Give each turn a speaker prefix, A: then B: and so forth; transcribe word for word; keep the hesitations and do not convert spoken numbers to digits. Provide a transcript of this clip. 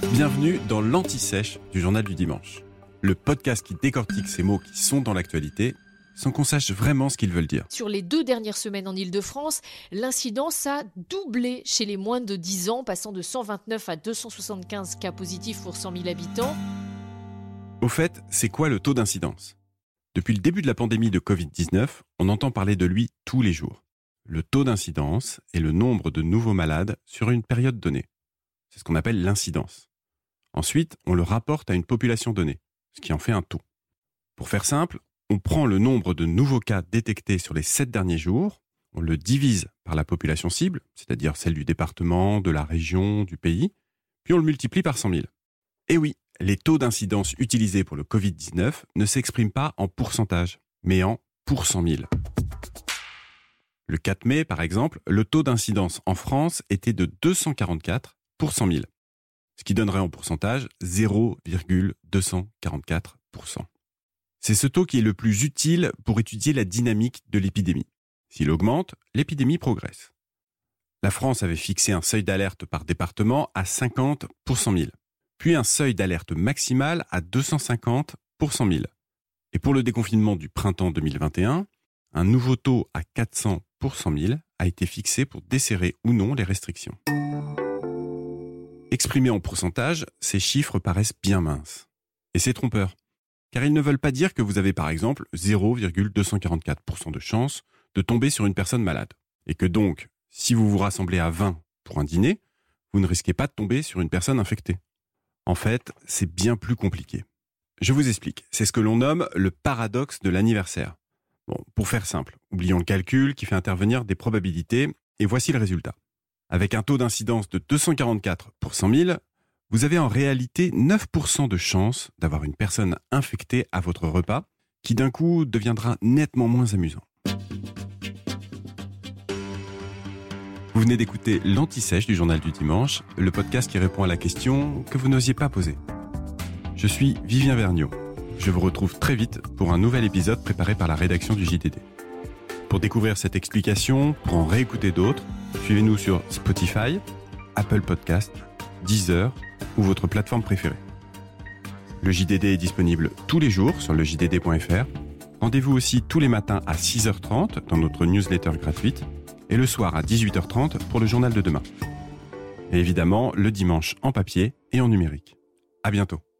A: Bienvenue dans l'Anti-Sèche du Journal du Dimanche, le podcast qui décortique ces mots qui sont dans l'actualité sans qu'on sache vraiment ce qu'ils veulent dire.
B: Sur les deux dernières semaines en Île-de-France, l'incidence a doublé chez les moins de dix ans, passant de cent vingt-neuf à deux cent soixante-quinze cas positifs pour cent mille habitants.
A: Au fait, c'est quoi le taux d'incidence ? Depuis le début de la pandémie de covid dix-neuf, on entend parler de lui tous les jours. Le taux d'incidence est le nombre de nouveaux malades sur une période donnée. C'est ce qu'on appelle l'incidence. Ensuite, on le rapporte à une population donnée, ce qui en fait un taux. Pour faire simple, on prend le nombre de nouveaux cas détectés sur les sept derniers jours, on le divise par la population cible, c'est-à-dire celle du département, de la région, du pays, puis on le multiplie par cent mille. Et oui, les taux d'incidence utilisés pour le covid dix-neuf ne s'expriment pas en pourcentage, mais en pour cent mille. Le quatre mai, par exemple, le taux d'incidence en France était de deux cent quarante-quatre pour cent mille, ce qui donnerait en pourcentage zéro virgule deux cent quarante-quatre pour cent. C'est ce taux qui est le plus utile pour étudier la dynamique de l'épidémie. S'il augmente, l'épidémie progresse. La France avait fixé un seuil d'alerte par département à cinquante pour cent mille, puis un seuil d'alerte maximal à deux cent cinquante pour cent mille. Et pour le déconfinement du printemps deux mille vingt et un, un nouveau taux à quatre cents pour cent mille a été fixé pour desserrer ou non les restrictions. Exprimés en pourcentage, ces chiffres paraissent bien minces. Et c'est trompeur, car ils ne veulent pas dire que vous avez par exemple zéro virgule deux cent quarante-quatre pour cent de chance de tomber sur une personne malade. Et que donc, si vous vous rassemblez à vingt pour un dîner, vous ne risquez pas de tomber sur une personne infectée. En fait, c'est bien plus compliqué. Je vous explique, c'est ce que l'on nomme le paradoxe de l'anniversaire. Bon, pour faire simple, oublions le calcul qui fait intervenir des probabilités, et voici le résultat. Avec un taux d'incidence de deux cent quarante-quatre pour cent mille, vous avez en réalité neuf pour cent de chance d'avoir une personne infectée à votre repas, qui d'un coup deviendra nettement moins amusant. Vous venez d'écouter l'Anti-Sèche du Journal du Dimanche, le podcast qui répond à la question que vous n'osiez pas poser. Je suis Vivien Vergniaud. Je vous retrouve très vite pour un nouvel épisode préparé par la rédaction du J D D. Pour découvrir cette explication, pour en réécouter d'autres, suivez-nous sur Spotify, Apple Podcasts, Deezer ou votre plateforme préférée. Le J D D est disponible tous les jours sur le j d d point f r. Rendez-vous aussi tous les matins à six heures trente dans notre newsletter gratuite et le soir à dix-huit heures trente pour le journal de demain. Et évidemment, le dimanche en papier et en numérique. À bientôt.